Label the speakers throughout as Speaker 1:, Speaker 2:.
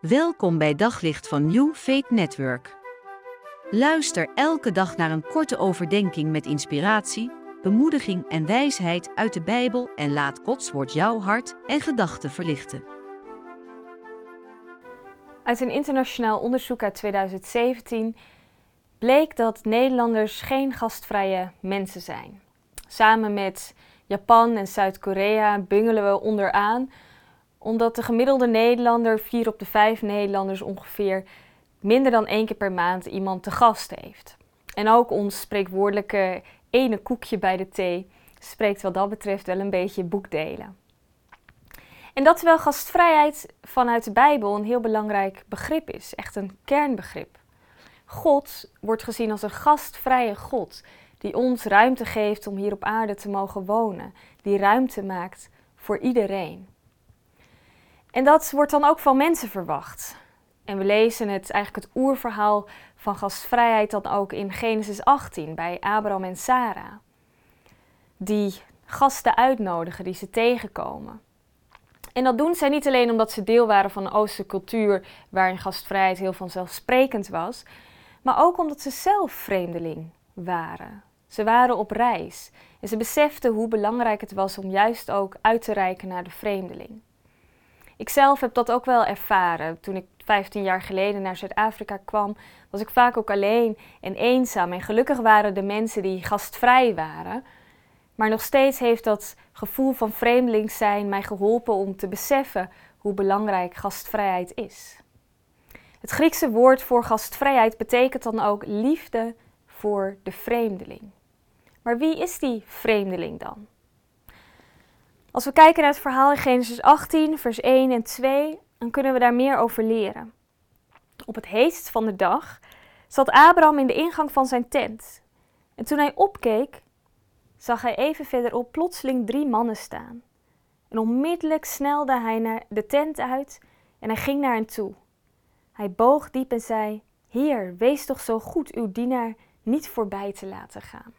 Speaker 1: Welkom bij Daglicht van New Faith Network. Luister elke dag naar een korte overdenking met inspiratie, bemoediging en wijsheid uit de Bijbel en laat Gods woord jouw hart en gedachten verlichten.
Speaker 2: Uit een internationaal onderzoek uit 2017 bleek dat Nederlanders geen gastvrije mensen zijn. Samen met Japan en Zuid-Korea bungelen we onderaan, omdat de gemiddelde Nederlander, 4 op de 5 Nederlanders ongeveer, minder dan 1 keer per maand iemand te gast heeft. En ook ons spreekwoordelijke ene koekje bij de thee spreekt wat dat betreft wel een beetje boekdelen. En dat terwijl gastvrijheid vanuit de Bijbel een heel belangrijk begrip is, echt een kernbegrip. God wordt gezien als een gastvrije God, die ons ruimte geeft om hier op aarde te mogen wonen, die ruimte maakt voor iedereen. En dat wordt dan ook van mensen verwacht. En we lezen eigenlijk het oerverhaal van gastvrijheid dan ook in Genesis 18 bij Abraham en Sarah. Die gasten uitnodigen, die ze tegenkomen. En dat doen zij niet alleen omdat ze deel waren van een Oosterse cultuur waarin gastvrijheid heel vanzelfsprekend was, maar ook omdat ze zelf vreemdeling waren. Ze waren op reis en ze beseften hoe belangrijk het was om juist ook uit te reiken naar de vreemdeling. Ikzelf heb dat ook wel ervaren. Toen ik 15 jaar geleden naar Zuid-Afrika kwam, was ik vaak ook alleen en eenzaam. En gelukkig waren de mensen die gastvrij waren. Maar nog steeds heeft dat gevoel van vreemdeling zijn mij geholpen om te beseffen hoe belangrijk gastvrijheid is. Het Griekse woord voor gastvrijheid betekent dan ook liefde voor de vreemdeling. Maar wie is die vreemdeling dan? Als we kijken naar het verhaal in Genesis 18, vers 1 en 2, dan kunnen we daar meer over leren. Op het heetst van de dag zat Abraham in de ingang van zijn tent. En toen hij opkeek, zag hij even verderop plotseling 3 mannen staan. En onmiddellijk snelde hij naar de tent uit en hij ging naar hen toe. Hij boog diep en zei: Heer, wees toch zo goed uw dienaar niet voorbij te laten gaan.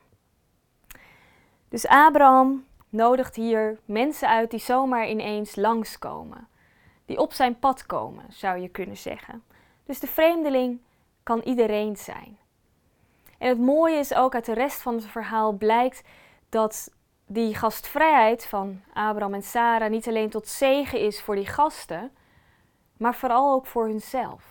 Speaker 2: Dus Abraham nodigt hier mensen uit die zomaar ineens langskomen. Die op zijn pad komen, zou je kunnen zeggen. Dus de vreemdeling kan iedereen zijn. En het mooie is ook uit de rest van het verhaal blijkt dat die gastvrijheid van Abraham en Sarah niet alleen tot zegen is voor die gasten, maar vooral ook voor hunzelf.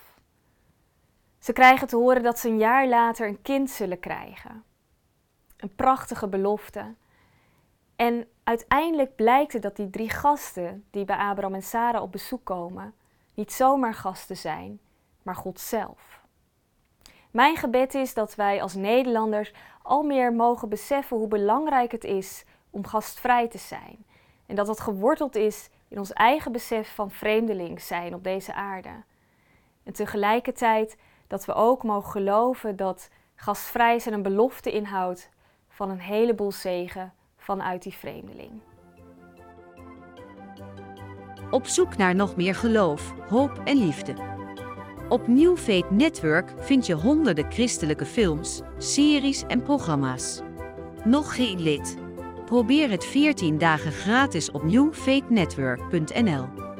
Speaker 2: Ze krijgen te horen dat ze een jaar later een kind zullen krijgen. Een prachtige belofte. En uiteindelijk blijkt het dat die 3 gasten die bij Abraham en Sarah op bezoek komen, niet zomaar gasten zijn, maar God zelf. Mijn gebed is dat wij als Nederlanders al meer mogen beseffen hoe belangrijk het is om gastvrij te zijn. En dat dat geworteld is in ons eigen besef van vreemdeling zijn op deze aarde. En tegelijkertijd dat we ook mogen geloven dat gastvrij zijn een belofte inhoudt van een heleboel zegen vanuit die vreemdeling.
Speaker 1: Op zoek naar nog meer geloof, hoop en liefde. Op New Faith Network vind je honderden christelijke films, series en programma's. Nog geen lid? Probeer het 14 dagen gratis op newfaithnetwork.nl.